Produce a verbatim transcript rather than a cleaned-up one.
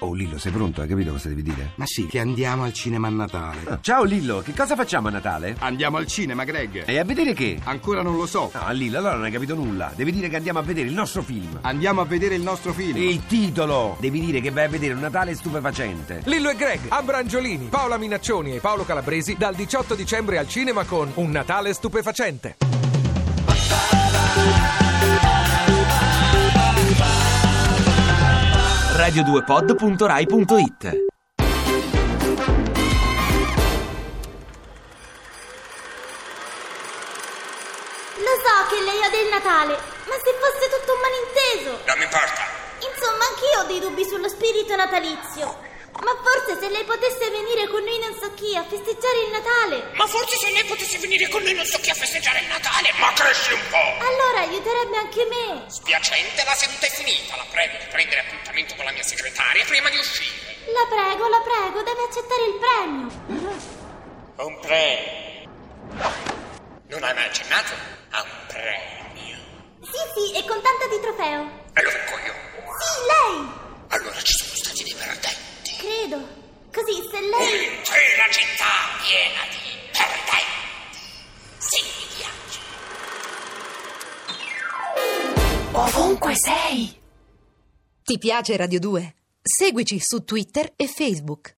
Oh Lillo, sei pronto? Hai capito cosa devi dire? Ma sì, che andiamo al cinema a Natale. Ah, ciao Lillo, che cosa facciamo a Natale? Andiamo al cinema, Greg. E a vedere che? Ancora non lo so. No, Lillo, allora non hai capito nulla. Devi dire che andiamo a vedere il nostro film. Andiamo a vedere il nostro film. Il titolo! Devi dire che vai a vedere un Natale stupefacente. Lillo e Greg, Ambra Angiolini, Paola Minaccioni e Paolo Calabresi dal diciotto dicembre al cinema con Un Natale stupefacente. radio due pod punto rai punto it. Lo so che lei odia il Natale, ma se fosse tutto un malinteso. Non mi importa. Insomma, anch'io ho dei dubbi sullo spirito natalizio. Ma forse se lei potesse venire con noi non so chi a festeggiare il Natale. Ma forse se lei potesse venire con noi non so chi a festeggiare il Natale. Ma cresci un po'. Allora aiuterebbe anche me. Spiacente, la seduta è finita. La prego di prendere appuntamento con la mia segretaria prima di uscire. La prego, la prego, deve accettare il premio. Un premio? Non hai mai accennato a un premio? Sì, sì, e con tanto di trofeo. E lo dico io. Sì, lei. Allora ci sono stati dei perdenti. Credo. Così se lei... Un'intera città piena di perdenti. Sì, mi piace. Ovunque sei. Ti piace Radio due? Seguici su Twitter e Facebook.